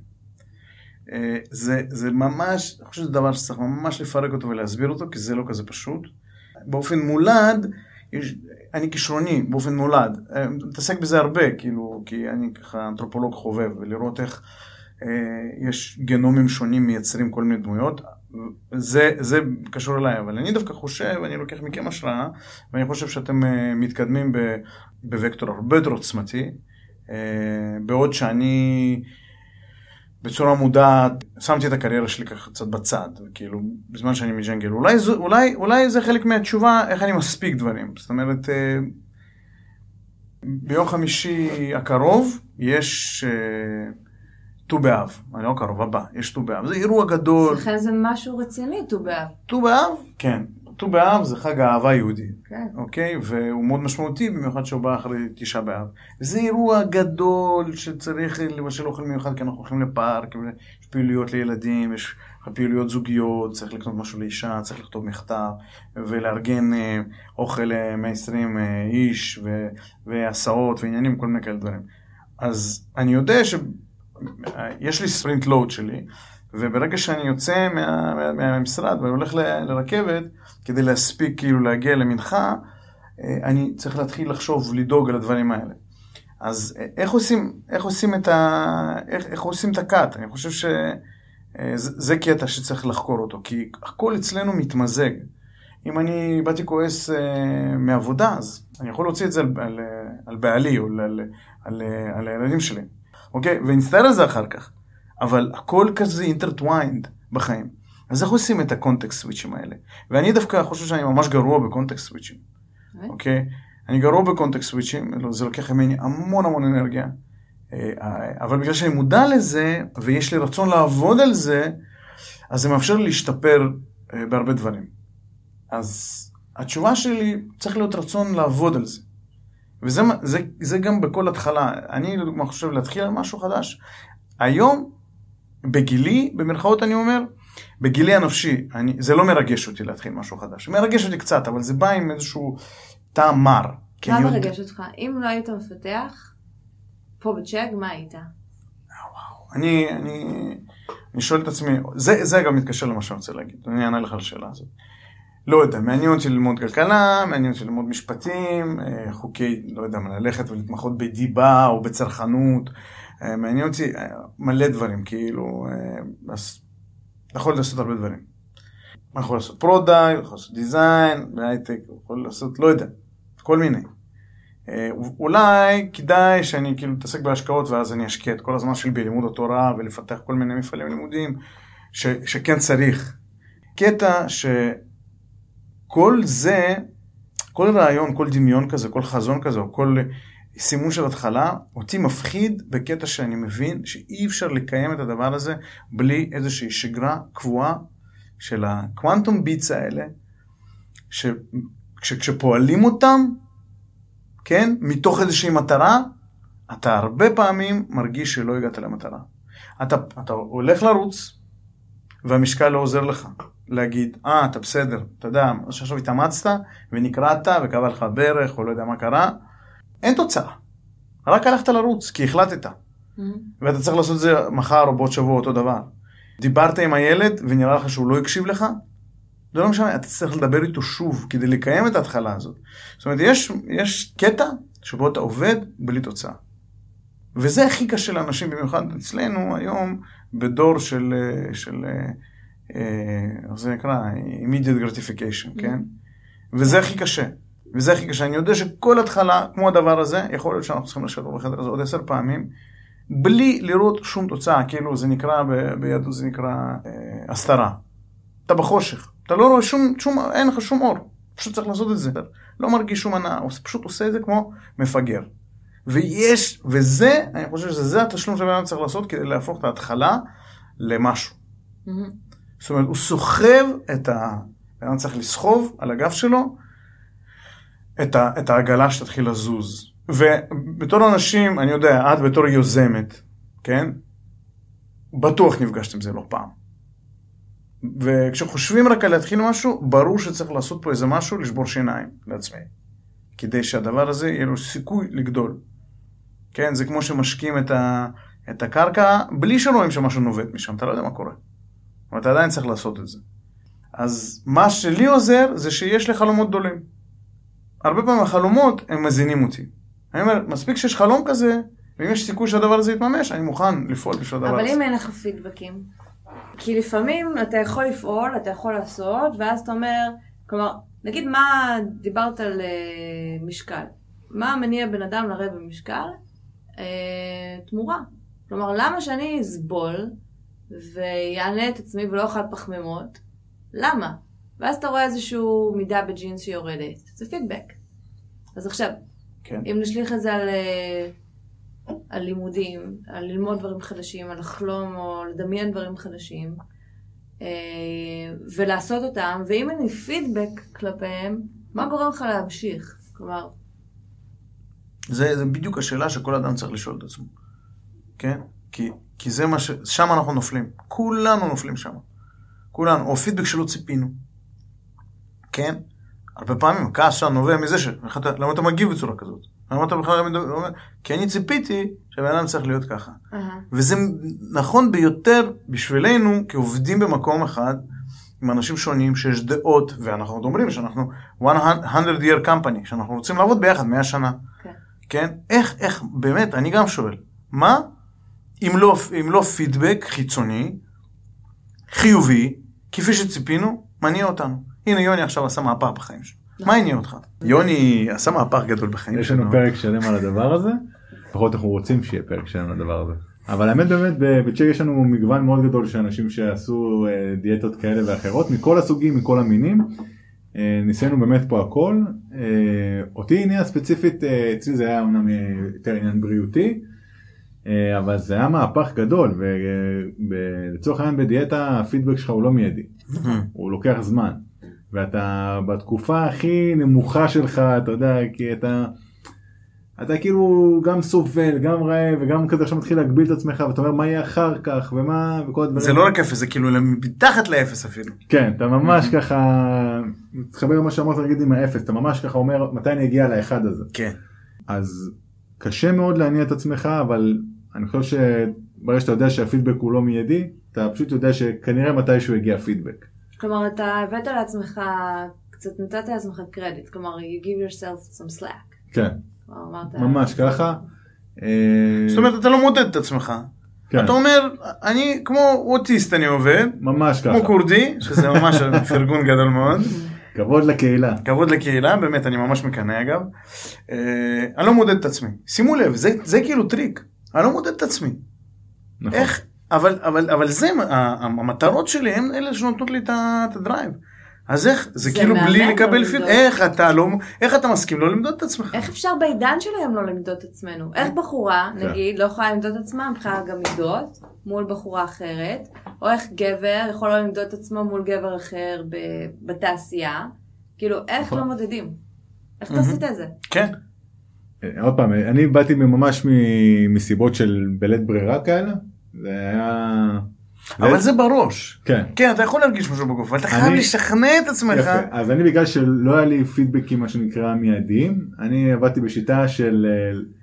זה ממש, אני חושב שזה דבר שצריך ממש לפרק אותו ולהסביר אותו, כי זה לא כזה פשוט. באופן מולד, אני כישרוני, באופן מולד, מתעסק בזה הרבה, כאילו, כי אני ככה אנתרופולוג חובב, ולראות איך יש גנומים שונים מייצרים כל מיני דמויות, זה קשור אליי, אבל אני דווקא חושב, אני לוקח מכם השראה, ואני חושב שאתם מתקדמים בווקטור הרבה יותר עוצמתי, בעוד שאני בצורה מודעת, שמתי את הקריירה שלי ככה קצת בצד, כאילו, בזמן שאני מג'נגל. אולי זה חלק מהתשובה, איך אני מספיק דברים. זאת אומרת, ביום חמישי הקרוב יש ט"ו באב, אני לא קרוב, הבא, יש ט"ו באב. זה אירוע גדול. לכן זה משהו רציני, ט"ו באב. ט"ו באב? כן. ט"ו באב זה חג האהבה היהודי. כן. אוקיי? והוא מאוד משמעותי, במיוחד שהוא בא אחרי 9 באב. זה אירוע גדול שצריך לבשל אוכל מיוחד, כי אנחנו הולכים לפארק, יש פעילויות לילדים, יש פעילויות זוגיות, צריך לקנות משהו לאישה, צריך לכתוב מכתב, ולארגן אוכל ל-120 איש, והסעות ועניינים, כל מיני כאלה דברים. אז אני יודע יש לי ספרינט לואוד שלי, וברגע שאני יוצא מהמשרד ואני הולך לרכבת, כדי להספיק כאילו להגיע למנחה, אני צריך להתחיל לחשוב, לדאוג על הדברים האלה. אז איך עושים את הקאט? אני חושב שזה קטע שצריך לחקור אותו, כי הכל אצלנו מתמזג. אם אני באתי כועס מעבודה, אז אני יכול להוציא את זה על בעלי או על הילדים שלי. אוקיי? ונסתער על זה אחר כך. אבל הכל כזה intertwined בחיים. אז איך עושים את הקונטקסט סוויצ'ים האלה? ואני דווקא חושב שאני ממש גרוע בקונטקסט סוויצ'ים. אוקיי? אני גרוע בקונטקסט סוויצ'ים, זה לוקח ממני המון אנרגיה. אבל בגלל שאני מודע לזה, ויש לי רצון לעבוד על זה, אז זה מאפשר לי להשתפר בהרבה דברים. אז התשובה שלי צריך להיות רצון לעבוד על זה. וזה גם בכל התחלה. אני לדוגמה חושב להתחיל על משהו חדש. היום, בגילי, במרכאות אני אומר, בגילי הנפשי, זה לא מרגש אותי להתחיל משהו חדש. מרגש אותי קצת, אבל זה בא עם איזשהו טעם מר. מה מרגש אותך? אם לא היית מפתח, פה בצ'ק, מה היית? וואו, אני שואל את עצמי, זה גם מתקשר למה שאני רוצה להגיד. אני אענה לך על השאלה הזאת. לא יודע, מעניין אותי ללמוד כלכלה, מעניין אותי ללמוד משפטים, חוקי, לא יודע, ללכת ולהתמחות בדיבה או בצרכנות, מעניין אותי מלא דברים, כאילו, אז יכול לעשות הרבה דברים. יכול לעשות פרודקט, יכול לעשות דיזיין, בהייטק, יכול לעשות, לא יודע, כל מיני. אולי כדאי שאני כאילו מתעסק בהשקעות, ואז אני אשקיע את כל הזמן שלי בלימוד התורה, ולפתח כל מיני מפעלים לימודים, שכן צריך. קטע כל זה, כל רעיון, כל דמיון כזה, כל חזון כזה, או כל סימון של התחלה, אותי מפחיד בקטע שאני מבין שאי אפשר לקיים את הדבר הזה בלי איזושהי שגרה קבועה של הקוונטום ביטס האלה, כשפועלים אותם, כן, מתוך איזושהי מטרה, אתה הרבה פעמים מרגיש שלא הגעת למטרה. אתה הולך לרוץ, והמשקל לא עוזר לך. להגיד, אתה בסדר, אתה יודע, שעכשיו התאמצת ונקראת וקבע לך ברך או לא יודע מה קרה, אין תוצאה. רק הלכת לרוץ, כי החלטת. ואתה צריך לעשות את זה מחר או בעוד שבוע אותו דבר. דיברת עם הילד ונראה לך שהוא לא הקשיב לך, זה לא משנה, אתה צריך לדבר איתו שוב כדי לקיים את ההתחלה הזאת. זאת אומרת, יש קטע שבו אתה עובד בלי תוצאה. וזה הכי קשה לאנשים, במיוחד אצלנו היום, בדור של זה נקרא, immediate gratification, כן? וזה הכי קשה. וזה הכי קשה. אני יודע שכל התחלה, כמו הדבר הזה, יכול להיות שאנחנו צריכים לשבת בחדר הזה עוד 10 פעמים, בלי לראות שום תוצאה, כאילו זה נקרא, בידו זה נקרא הסתרה. אתה בחושך. אתה לא רואה אין לך שום אור. פשוט צריך לעשות את זה. לא מרגיש שום הנאה, הוא פשוט עושה את זה כמו מפגר. וזה, אני חושב שזה התשלום שבאמת צריך לעשות כדי להפוך את ההתחלה למשהו. זאת אומרת, הוא סוחב אני צריך לסחוב על הגב שלו את העגלה שתתחיל לזוז. ובתור אנשים, אני יודע, את בתור יוזמת, כן? בטוח נפגשתם עם זה לא פעם. וכשחושבים רק על להתחיל משהו, ברור שצריך לעשות פה איזה משהו, לשבור שיניים לעצמי. כדי שהדבר הזה יהיה לו סיכוי לגדול. כן? זה כמו שמשקים את הקרקע, בלי שרואים שמשהו נובט משם, אתה לא יודע מה קורה. אבל אתה עדיין צריך לעשות את זה. אז מה שלי עוזר, זה שיש לי חלומות גדולים. הרבה פעמים החלומות, הם מזינים אותי. אני אומר, מספיק שיש חלום כזה, ואם יש סיכוי שהדבר הזה יתממש, אני מוכן לפעול בשביל הדבר הזה. אבל אם אין לך פידבקים, כי לפעמים אתה יכול לפעול, אתה יכול לעשות, ואז אתה אומר, כלומר, נגיד מה דיברת על משקל. מה מניע בן אדם לרדת במשקל? תמורה. כלומר, למה שאני אסבול ויענה את עצמי ולא אוכל פחמימות? למה? ואז אתה רואה איזשהו מידה בג'ינס שיורדת. זה פידבק. אז עכשיו, כן. אם נשליך את זה על לימודים, על ללמוד דברים חדשים, על לחלום או לדמיין דברים חדשים, ולעשות אותם, ואם אני פידבק כלפיהם, מה גורם לך להמשיך? כלומר... זה בדיוק השאלה שכל אדם צריך לשאול את עצמו. כן? כי זה מה שם אנחנו נופלים. כולנו נופלים שם. כולנו. או פידבק שלא ציפינו. כן? הרבה פעמים, כעס שם נובע מזה למה אתה מגיב בצורה כזאת? למה אתה בכלל אומר? כי אני ציפיתי שבן אדם צריך להיות ככה. וזה נכון ביותר בשבילנו, כי במקום אחד, עם אנשים שונים שיש דעות, ואנחנו עוד אומרים שאנחנו 100 year company, שאנחנו רוצים לעבוד ביחד 100 שנה. כן? איך, באמת, אני גם שואל, מה אם לא פידבק חיצוני, חיובי, כפי שציפינו, מניע אותנו? הנה יוני עכשיו עשה מהפך בחיים שלו. מה עניין אותך? יוני עשה מהפך גדול בחיים שלו. יש לנו פרק שלם על הדבר הזה, לפחות אנחנו רוצים שיהיה פרק שלם על הדבר הזה. אבל האמת באמת, בצ'ק יש לנו מגוון מאוד גדול של אנשים שעשו דיאטות כאלה ואחרות, מכל הסוגים, מכל המינים. ניסינו באמת פה הכל. אותי עניין ספציפית, אצלי זה היה אומנם יותר עניין בריאותי, אבל זה היה מהפך גדול, ולצורך העניין בדיאטה הפידבק שלך הוא לא מיידי, הוא לוקח זמן, ואתה בתקופה הכי נמוכה שלך, אתה יודע, כי אתה כאילו גם סובל, גם רעב, וגם כזה עכשיו מתחיל להגביל את עצמך, ואתה אומר מה יהיה אחר כך, ומה, וכל הדברים. זה לא רק אפס, זה כאילו מתחת לאפס אפילו. כן, אתה ממש ככה, מתחבר למה שאמרת להגיד עם האפס, אתה ממש ככה אומר, מתי אני אגיע לאחד הזה. כן. אז קשה מאוד להניע את עצמך, אבל אני חושב שברגע שאתה יודע שהפידבק הוא לא מיידי, אתה פשוט יודע שכנראה מתישהו יגיע פידבק. כלומר, אתה הבאת לעצמך, קצת נתת לעצמך קרדיט, כלומר, you give yourself some slack. כן, ממש ככה. זאת אומרת, אתה לא מודד את עצמך. אתה אומר, אני כמו אוטיסט אני עובד, ממש ככה. כמו קורדי, שזה ממש פרגון גדול מאוד. כבוד לקהילה. כבוד לקהילה, באמת, אני ממש מקנא אגב. אני לא מודד את עצמי. שימו לב, זה כאילו טריק. אני לא מודד את עצמי. נכון. איך? אבל זה, המטרות שלי הן אלה שנותנות לי את הדרייב. אז איך? זה כאילו בלי לקבל פיד. איך אתה מסכים לא למדוד את עצמך? איך אפשר בעידן שלהם לא למדוד את עצמנו? איך בחורה, נגיד, לא יכולה למדוד את עצמה, מבחינה גם למדוד מול בחורה אחרת, או איך גבר יכול לא למדוד את עצמו מול גבר אחר בתעשייה, כאילו, איך לא מודדים? איך אתה עשית את זה? כן. עוד פעם, אני באתי ממש מסיבות של בלית ברירה כאלה, זה היה... אבל זה בראש. כן. כן, אתה יכול להרגיש משהו בגוף, אבל אתה חייב לשכנע את עצמך. יפה. אז אני בגלל שלא היה לי פידבקים, מה שנקרא מיידיים, אני עבדתי בשיטה של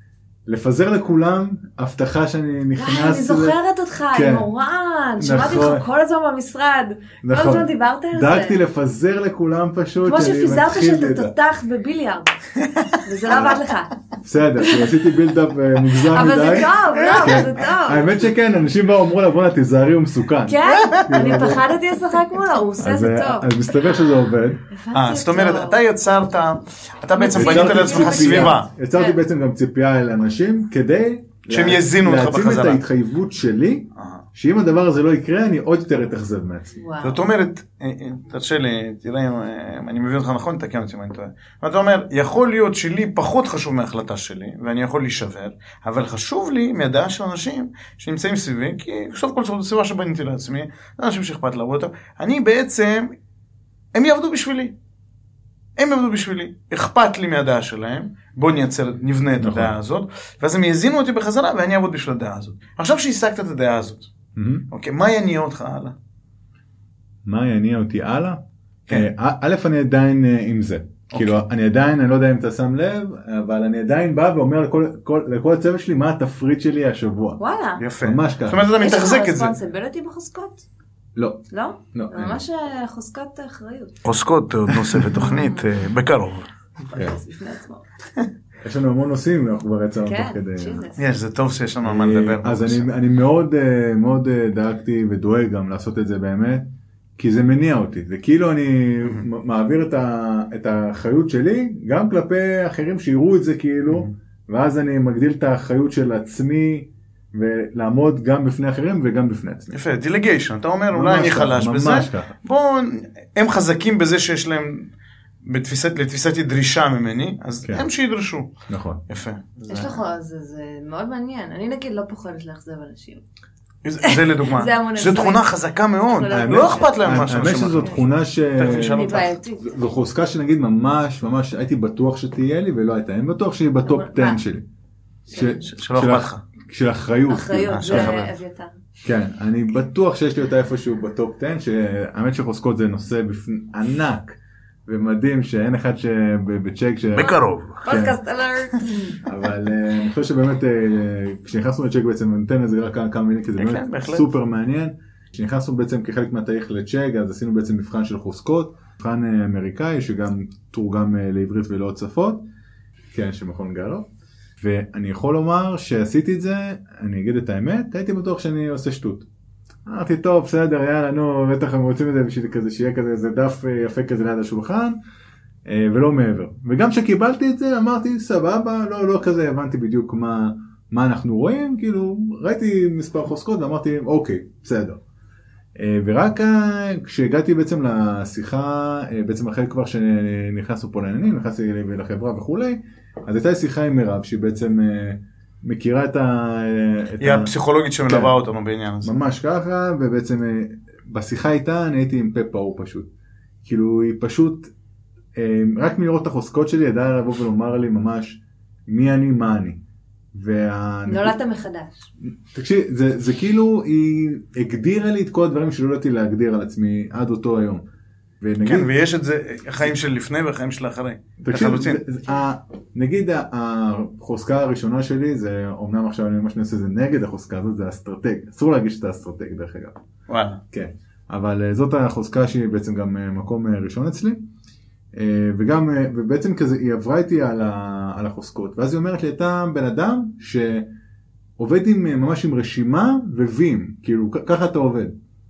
לפזר לכולם הבטחה שאני נכנס... אני זוכרת אותך, עם אורן, שמעתי אותך כל הזמן במשרד, כל הזמן דיברת על זה. דאגתי לפזר לכולם פשוט. כמו שפיזרת שאתה תותח בביליארד, וזה לא עבד לך. בסדר, כי עשיתי בילדאפ מוגזם מדי. אבל זה טוב, לא, זה טוב. האמת שכן, אנשים באו אמרו לה, בוא'נה, תיזהרי, הוא מסוכן. כן, אני פחדתי לשחק מולו, הוא עושה זה טוב. אז מסתבר שזה עובד. זאת אומרת, אתה יצרת, אתה בעצם בנית לעצמך סביבה. יצרתי בעצם גם ציפייה אל אנשים, כדי שהם יזינו אותך בחזרה. להציב את ההתחייבות שלי, שאם הדבר הזה לא יקרה, אני עוד יותר אתאכזב מעצמי. זאת אומרת, תרשה לי, תראה, אני מבין אותך נכון, תקן אותי מה אני טועה. אתה אומר, יכול להיות שלי פחות חשוב מההחלטה שלי, ואני יכול להישבר, אבל חשוב לי מהדעה של אנשים שנמצאים סביבי, כי סוף כל סביבה שבניתי לעצמי, אנשים שאכפת לעבוד אותם, אני בעצם, הם יעבדו בשבילי. הם יעבדו בשבילי, אכפת לי מהדעה שלהם, בוא נבנה את הדעה הזאת, ואז הם יזינו אותי בחזרה, ואני אעבוד בשביל הדעה הזאת. עכשיו שהשגת את הדעה הזאת, אוקיי, מה יניע אותך הלאה? מה יניע אותי הלאה? א', אני עדיין עם זה. כאילו, אני עדיין, אני לא יודע אם אתה שם לב, אבל אני עדיין בא ואומר לכל הצוות שלי, מה התפריט שלי השבוע. וואלה. יפה. ממש ככה. זאת אומרת, אתה מתחזק את זה. יש לך רספונסיביליטי בחוזקות? לא. לא? לא. זה ממש חוזקות אחריות. חוזקות עוד נושא בתוכנית בקרוב. בפני עצמו. יש לנו המון נושאים, אנחנו כבר יצאנו תוך כדי. יש, זה טוב שיש לנו על מה לדבר. אז אני מאוד מאוד דאגתי ודואג גם לעשות את זה באמת, כי זה מניע אותי. זה כאילו אני מעביר את האחריות שלי, גם כלפי אחרים שיראו את זה כאילו, ואז אני מגדיל את האחריות של עצמי, ולעמוד גם בפני אחרים וגם בפני עצמי. יפה, דילגיישן, אתה אומר אולי אני חלש בזה, בואו, הם חזקים בזה שיש להם לתפיסת דרישה ממני, אז הם שידרשו. נכון. יפה. יש לך, זה מאוד מעניין, אני נגיד לא פוחדת לאכזב אנשים. זה לדוגמה, זו תכונה חזקה מאוד, לא אכפת להם משהו. האמת שזו תכונה זו חוזקה שנגיד ממש הייתי בטוח שתהיה לי ולא הייתה, אני בטוח שהיא בטופ 10 שלי. שלא אכפת לך. של אחריות. אחריות, זה אביתר. כן, אני בטוח שיש לי אותה איפשהו בטופ 10, שהאמת שחוזקות זה נושא ענק ומדהים, שאין אחד שבצ'ק בקרוב. פודקאסט אלרט. אבל אני חושב שבאמת, כשנכנסנו לצ'ק בעצם, נתן לזה רק כמה מילים, כי זה באמת סופר מעניין. כשנכנסנו בעצם כחלק מהתהליך לצ'ק, אז עשינו בעצם מבחן של חוזקות, מבחן אמריקאי, שגם תורגם לעברית ולעוד שפות, כן, שמכון גלו. ואני יכול לומר שעשיתי את זה, אני אגיד את האמת, הייתי בטוח שאני עושה שטות. אמרתי, טוב, בסדר, יאללה, נו, בטח הם רוצים את זה בשביל כזה, שיהיה כזה, זה דף יפה כזה ליד השולחן, ולא מעבר. וגם כשקיבלתי את זה, אמרתי, סבבה, לא כזה, הבנתי בדיוק מה אנחנו רואים, כאילו, ראיתי מספר חוזקות, ואמרתי, אוקיי, בסדר. ורק כשהגעתי בעצם לשיחה, בעצם אחרי כבר שנכנסנו פה לעניינים, נכנסתי לחברה וכולי, אז הייתה שיחה עם מירב, שהיא בעצם מכירה את היא הפסיכולוגית שמלווה אותנו בעניין הזה. ממש ככה, ובעצם בשיחה איתה אני הייתי עם פה פעור פשוט. כאילו היא פשוט, רק מלראות את החוזקות שלי, ידעה לבוא ולומר לי ממש מי אני, מה אני. נולדת מחדש. תקשיב, זה כאילו היא הגדירה לי את כל הדברים שלא ידעתי להגדיר על עצמי עד אותו היום. כן, ויש את זה, החיים של לפני והחיים של אחרי. תקשיב, נגיד החוזקה הראשונה שלי, זה אומנם עכשיו אני ממש נעשה זה נגד החוזקה הזאת, זה אסטרטג. אסור להגיש את האסטרטג דרך אגב. וואלה. כן, אבל זאת החוזקה שהיא בעצם גם מקום ראשון אצלי. וגם, ובעצם כזה, היא עברה איתי על החוזקות, ואז היא אומרת לי, אתה בן אדם שעובד ממש עם רשימה ווים, כאילו, ככה אתה עובד.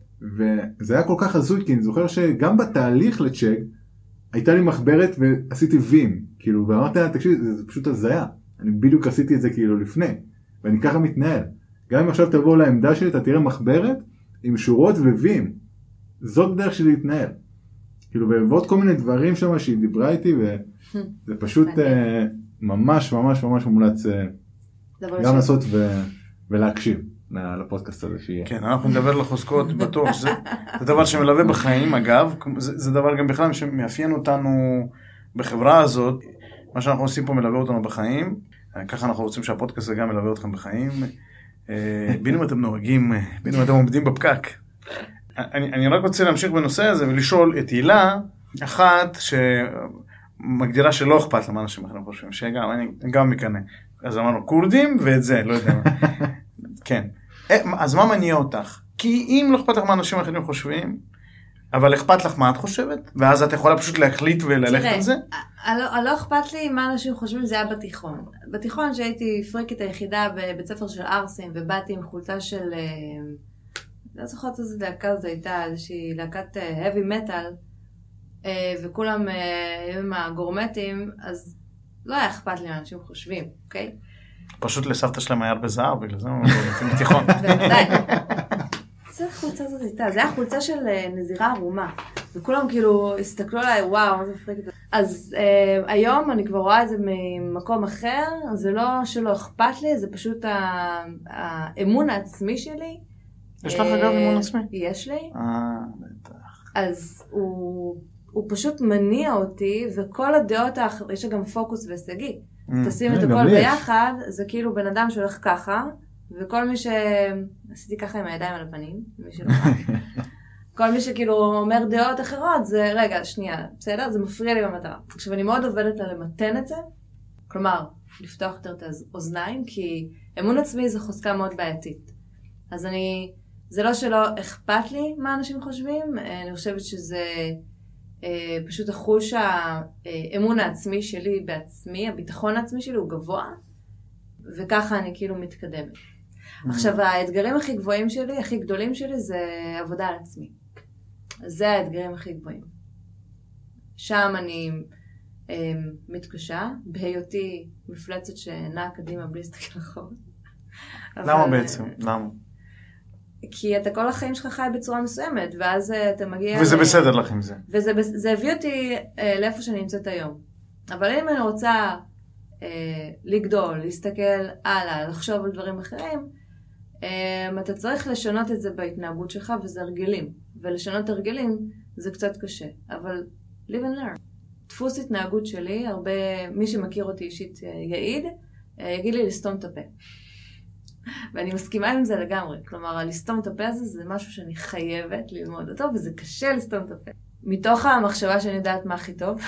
וזה היה כל כך הזוי, כי אני זוכר שגם בתהליך לצ'ק, הייתה לי מחברת ועשיתי ווים, כאילו, ואמרתי לה, תקשיב, זה פשוט הזיה, אני בדיוק עשיתי את זה כאילו לפני, ואני ככה מתנהל. גם אם עכשיו תבוא לעמדה שלי, אתה תראה מחברת עם שורות ווים, זאת דרך שלי להתנהל. כאילו, ועוד כל מיני דברים שם שהיא דיברה איתי, וזה פשוט ממש ממש ממש מומלץ גם לעשות ולהקשיב לפודקאסט הזה שיהיה. כן, אנחנו נדבר לחוזקות, בטוח, זה דבר שמלווה בחיים, אגב, זה דבר גם בכלל שמאפיין אותנו בחברה הזאת, מה שאנחנו עושים פה מלווה אותנו בחיים, ככה אנחנו רוצים שהפודקאסט הזה גם מלווה אתכם בחיים, בין אם אתם נוהגים, בין אם אתם עומדים בפקק. אני רק רוצה להמשיך בנושא הזה ולשאול את הילה, אחת שמגדירה שלא אכפת למה אנשים אחרים חושבים, שגם אני גם מקנה. אז אמרנו קורדים ואת זה, לא יודע. כן. אז מה מניע אותך? כי אם לא אכפת לך מה אנשים אחרים חושבים, אבל אכפת לך מה את חושבת, ואז את יכולה פשוט להחליט וללכת על זה? תראה, לא אכפת לי מה אנשים חושבים, זה היה בתיכון. בתיכון שהייתי פריקית היחידה בבית ספר של ארסים, ובאתי עם חולצה של, לא זוכרת איזה להקה זו הייתה, איזושהי להקת heavy metal, וכולם היו עם הגורמטים, אז לא היה אכפת לי מה אנשים חושבים, אוקיי? פשוט לסבתא שלהם היה הרבה זהב, בגלל זה הוא בתיכון. בוודאי. זה החולצה הזאת הייתה, זה היה חולצה של נזירה ערומה, וכולם כאילו הסתכלו עליי, וואו, מה זה מפרקת. אז היום אני כבר רואה את זה ממקום אחר, זה לא שלא אכפת לי, זה פשוט האמון העצמי שלי. יש לך אגב אמון עצמי? יש לי. בטח. אז הוא פשוט מניע אותי, וכל הדעות האחרות, יש גם פוקוס והישגי. תשים את הכל ביחד, זה כאילו בן אדם שהולך ככה, וכל מי עשיתי ככה עם הידיים על הפנים, כל מי שכאילו אומר דעות אחרות, זה רגע, שנייה, בסדר? זה מפריע לי במטרה. עכשיו אני מאוד עובדת על למתן את זה, כלומר, לפתוח יותר את האוזניים, כי אמון עצמי זה חוזקה מאוד בעייתית. אז זה לא שלא אכפת לי מה אנשים חושבים, אני חושבת שזה פשוט החוש האמון העצמי שלי בעצמי, הביטחון העצמי שלי הוא גבוה, וככה אני כאילו מתקדמת. עכשיו, האתגרים הכי גבוהים שלי, הכי גדולים שלי, זה עבודה על עצמי. זה האתגרים הכי גבוהים. שם אני מתקשה, בהיותי מפלצת שנעה קדימה בלי להסתכל אחורה. למה בעצם? למה? כי אתה כל החיים שלך חי בצורה מסוימת, ואז אתה מגיע... וזה בסדר לך עם זה. וזה הביא אותי לאיפה שאני נמצאת היום. אבל אם אני רוצה לגדול, להסתכל הלאה, לחשוב על דברים אחרים, אתה צריך לשנות את זה בהתנהגות שלך, וזה הרגלים. ולשנות הרגלים זה קצת קשה. אבל live and learn. דפוס התנהגות שלי, מי שמכיר אותי אישית יעיד, יגיד לי לסתום את הפה. ואני מסכימה עם זה לגמרי. כלומר, לסתום את הפה הזה זה משהו שאני חייבת ללמוד אותו, וזה קשה לסתום את הפה. מתוך המחשבה שאני יודעת מה הכי טוב.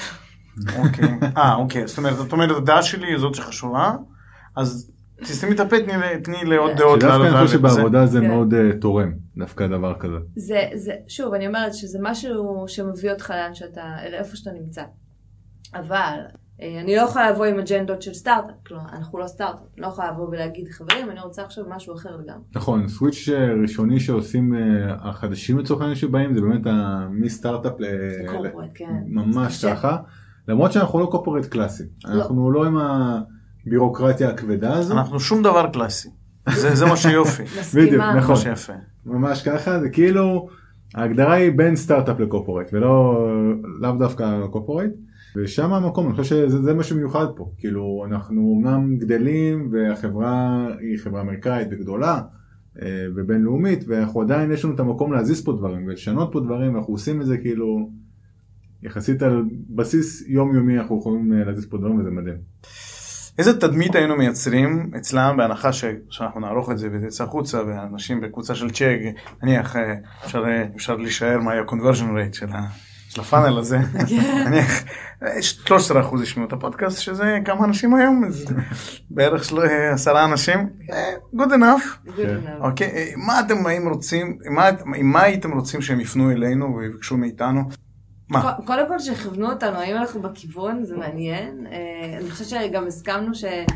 אוקיי. זאת אומרת, הדעה שלי היא זאת שחשובה, אז תשימי את הפה, תני לעוד דעות. שדווקא אני חושב שבעבודה זה מאוד תורם, דווקא דבר כזה. שוב, אני אומרת שזה משהו שמביא אותך לאיפה שאתה נמצא. אבל אני לא יכולה לבוא עם אג'נדות של סטארט-אפ, כלומר, אנחנו לא סטארט-אפ, אני לא יכולה לבוא ולהגיד, חברים, אני רוצה עכשיו משהו אחר לגמרי. נכון, סוויץ' ראשוני שעושים החדשים לצורך העניין שבאים, זה באמת מסטארט-אפ לקורפורט, כן. ממש ככה, למרות שאנחנו לא קורפורט קלאסי, אנחנו לא עם הבירוקרטיה הכבדה הזו. אנחנו שום דבר קלאסי, זה מה שיופי. בדיוק, נכון. ממש ככה, זה כאילו, ההגדרה היא בין סטארט-אפ לקורפורט, ולאו דווקא קורפורט. ושם המקום, אני חושב שזה מה שמיוחד פה, כאילו אנחנו אמנם גדלים והחברה היא חברה אמריקאית וגדולה ובינלאומית, ואנחנו עדיין יש לנו את המקום להזיז פה דברים ולשנות פה דברים, ואנחנו עושים את זה כאילו יחסית על בסיס יומיומי, אנחנו יכולים להזיז פה דברים וזה מדהים. איזה תדמית היינו מייצרים אצלם בהנחה שאנחנו נערוך את זה ותצא חוצה, ואנשים בקבוצה של צ'ק, נניח אפשר להישאר מה היה conversion rate של הפאנל הזה, נניח 13% ישמעו את הפודקאסט, שזה כמה אנשים היום, בערך 10 אנשים, good enough. אוקיי, מה אתם רוצים, עם מה הייתם רוצים שהם יפנו אלינו ויבקשו מאיתנו? קודם כל שכיוונו אותנו, האם אנחנו בכיוון, זה מעניין. אני חושבת שגם הסכמנו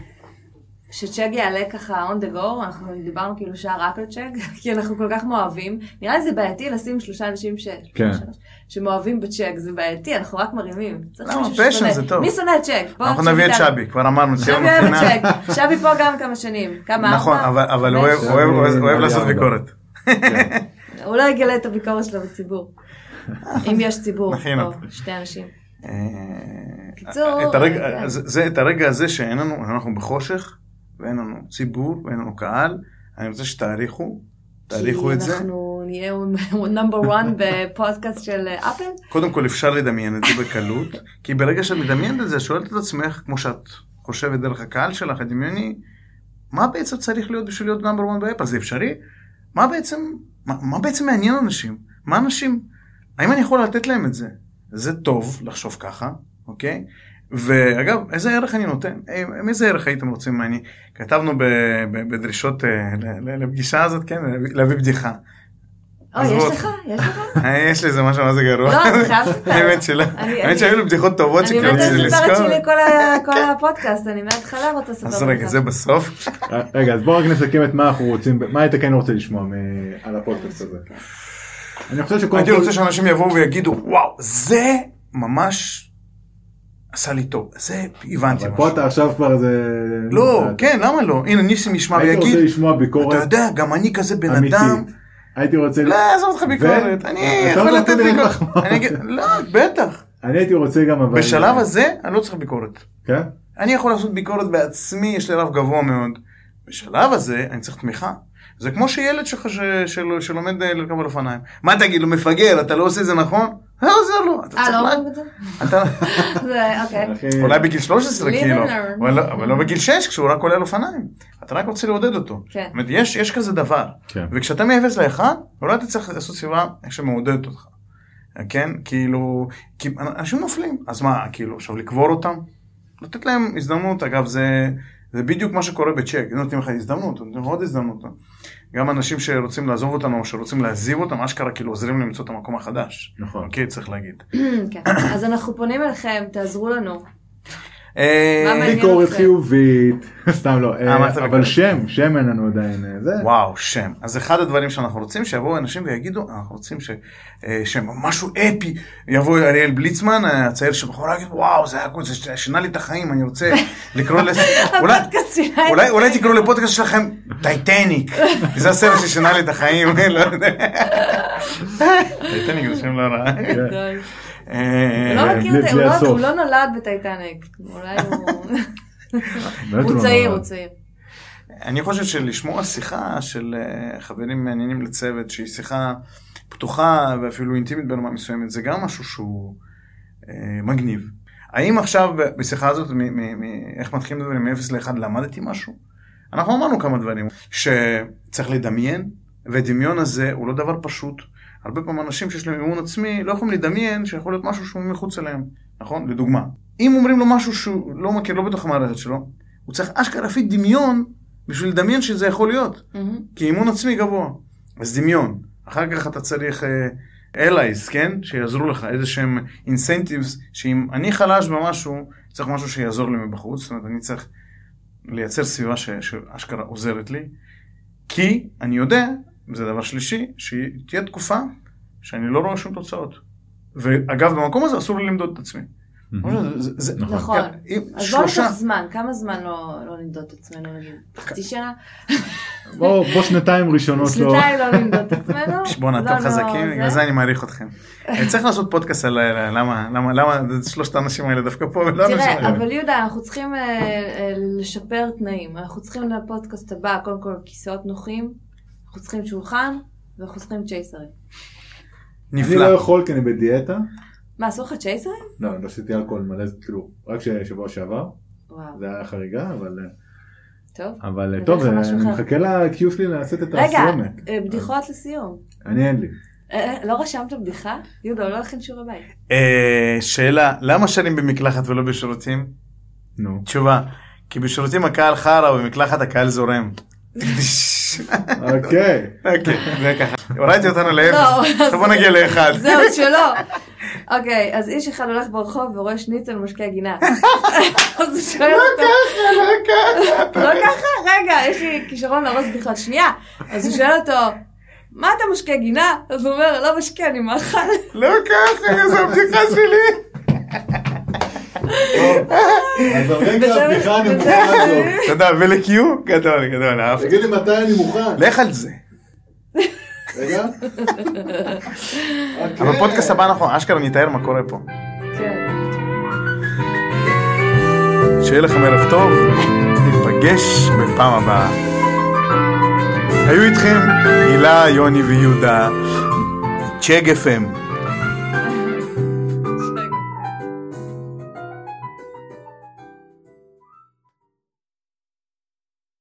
שצ'ק יעלה ככה on the go, אנחנו דיברנו כאילו שעה רק על צ'ק, כי אנחנו כל כך מאוהבים. נראה לי זה בעייתי לשים 3 אנשים שמאוהבים בצ'ק, זה בעייתי, אנחנו רק מרימים. למה? פשן זה טוב. מי שונא את צ'ק? אנחנו נביא את שבי, כבר אמרנו. שבי אוהב את צ'ק, שבי פה גם כמה שנים. נכון, אבל הוא אוהב לעשות ביקורת. הוא לא יגלה את הביקורת שלו בציבור. אם יש ציבור, או 2 אנשים. קיצור. את הרגע הזה שאין לנו, אנחנו בחושך, ואין לנו ציבור, ואין לנו קהל, אני רוצה שתעריכו את זה. כי אנחנו נהיה נאמבר 1 בפודקאסט של אפל. קודם כל אפשר לדמיין את זה בקלות, כי ברגע שאת מדמיינת את זה, שואלת את עצמך, כמו שאת חושבת דרך הקהל שלך, הדמיוני, מה בעצם צריך להיות בשביל להיות נאמבר 1 באפל? זה אפשרי? מה בעצם מעניין אנשים? מה אנשים? האם אני יכול לתת להם את זה? זה טוב לחשוב ככה, אוקיי? ואגב, איזה ערך אני נותן? איזה ערך הייתם רוצים? כתבנו בדרישות לפגישה הזאת, כן? להביא בדיחה. יש לך? יש לי איזה משהו מה זה גרוע. לא, אני חייב לספר. האמת שלא. האמת שהיו לי בדיחות טובות אני מנסה לספר את שלי כל הפודקאסט, אני מההתחלה רוצה לספר. אז רגע, זה בסוף. רגע, אז בואו רק נסכם את מה אנחנו רוצים, מה היית כן רוצה לשמוע על הפודקאסט הזה. אני רוצה שאנשים יבואו ויגידו, וואו, זה ממש עשה לי טוב, זה הבנתי משהו. פה אתה עכשיו כבר זה... לא, כן, למה לא? הנה, ניסים ישמע ויגיד, הייתי רוצה לשמוע ביקורת. אתה יודע, גם אני כזה בן אדם. הייתי רוצה... לא, עזוב אותך ביקורת, אני יכול לתת ביקורת. לא, בטח. אני הייתי רוצה גם... בשלב הזה, אני לא צריך ביקורת. כן? אני יכול לעשות ביקורת בעצמי, יש לי רף גבוה מאוד. בשלב הזה, אני צריך תמיכה. זה כמו שילד שלומד לרכב על אופניים. מה תגיד לו, מפגר, אתה לא עושה את זה נכון? זה עוזר לו. לא אומרים את זה? אולי בגיל 13 כאילו, אבל לא בגיל 6 כשהוא רק עולה על אופניים. אתה רק רוצה לעודד אותו. זאת אומרת, יש כזה דבר. וכשאתה מ-0 ל-1, אולי אתה צריך לעשות סביבה איך שמעודדת אותך. כן? כאילו, אנשים נופלים. אז מה, כאילו, עכשיו לקבור אותם? לתת להם הזדמנות, אגב, זה בדיוק מה שקורה בצ'ק. נותנים לך הזדמנות, נותנים עוד הזדמנות. גם אנשים שרוצים לעזוב אותנו, או שרוצים להזיב אותם, אשכרה כאילו עוזרים למצוא את המקום החדש. נכון. אוקיי, צריך להגיד. כן. אז אנחנו פונים אליכם, תעזרו לנו. ביקורת חיובית, סתם לא, אבל שם אין לנו עדיין. וואו, שם. אז אחד הדברים שאנחנו רוצים, שיבואו אנשים ויגידו, אנחנו רוצים שם משהו אפי, יבוא אריאל בליצמן, הצעיר שבחור, יגיד, וואו, זה שינה לי את החיים, אני רוצה לקרוא לזה, אולי תקראו לפודקאסט שלכם טייטניק, זה הסרט ששינה לי את החיים, לא יודע. טייטניק זה שם לא רע. הוא לא נולד בטייטניק, אולי הוא צעיר. אני חושב שלשמוע שיחה של חברים מעניינים לצוות, שהיא שיחה פתוחה ואפילו אינטימית ברמה מסוימת, זה גם משהו שהוא מגניב. האם עכשיו בשיחה הזאת, איך מתחילים דברים מ-0 ל-1, למדתי משהו? אנחנו אמרנו כמה דברים, שצריך לדמיין, והדמיון הזה הוא לא דבר פשוט. הרבה פעמים אנשים שיש להם אימון עצמי לא יכולים לדמיין שיכול להיות משהו שהוא מחוץ אליהם, נכון? לדוגמה, אם אומרים לו משהו שהוא לא מכיר, לא בתוך המערכת שלו, הוא צריך אשכרה לפי דמיון בשביל לדמיין שזה יכול להיות, כי אימון עצמי גבוה. אז דמיון. אחר כך אתה צריך allies, כן? שיעזרו לך, איזה שהם incentives, שאם אני חלש במשהו, צריך משהו שיעזור לי מבחוץ, זאת אומרת, אני צריך לייצר סביבה שאשכרה עוזרת לי, כי אני יודע, וזה דבר שלישי, שתהיה תקופה שאני לא רואה שום תוצאות. ואגב, במקום הזה אסור לי למדוד את עצמי. נכון. אז בואו ניקח זמן, כמה זמן לא נמדוד את עצמנו? חצי שנה? בואו שנתיים ראשונות לא. שנתיים לא נמדוד את עצמנו. בואו נתם חזקים, בגלל זה אני מעריך אתכם. צריך לעשות פודקאסט על למה שלושת האנשים האלה דווקא פה. תראה, אבל יהודה, אנחנו צריכים לשפר תנאים. אנחנו צריכים לפודקאסט הבא, קודם כל כיסאות נוחים, אנחנו צריכים שולחן, ואנחנו צריכים צ'ייסרים. אני לא יכול כי אני בדיאטה. מה, עשו לך צ'ייסרים? לא, אני לא עשיתי אלכוהול מלא, כאילו, רק שבוע שעבר. זה היה חריגה, אבל... טוב. אבל טוב, אני מחכה לקיו שלי לעשות את הסיומת. רגע, בדיחות לסיום. אין לי. לא רשמת בדיחה? יהודה, לא לכן שיעורי בית. שאלה, למה שרים במקלחת ולא בשירותים? נו. תשובה, כי בשירותים הקהל חרה ובמקלחת הקהל זורם. אוקיי. זה ככה. הורדתי אותנו לאפס, עכשיו בוא נגיע לאחד. זהו, שלא. אוקיי, אז איש אחד הולך ברחוב ורואה שניצל ומשקיע גינה. אז הוא שואל אותו... לא ככה? רגע, יש לי כישרון להרוס בדיחות. שנייה. אז הוא שואל אותו, מה אתה משקיע גינה? אז הוא אומר, לא משקיע, אני מאכל. לא ככה, זו הבדיחה שלי. אז על רגע הבדיחה אני מוכן לעזוב. תודה, ולקיו? גדול, אהבתי. תגיד לי מתי אני מוכן. לך על זה. רגע. אבל בפודקאסט הבא אנחנו אשכרה נתאר מה קורה פה. כן. שיהיה לכם ערב טוב, ניפגש בפעם הבאה. היו איתכם הילה, יוני ויהודה, צ'ק FM.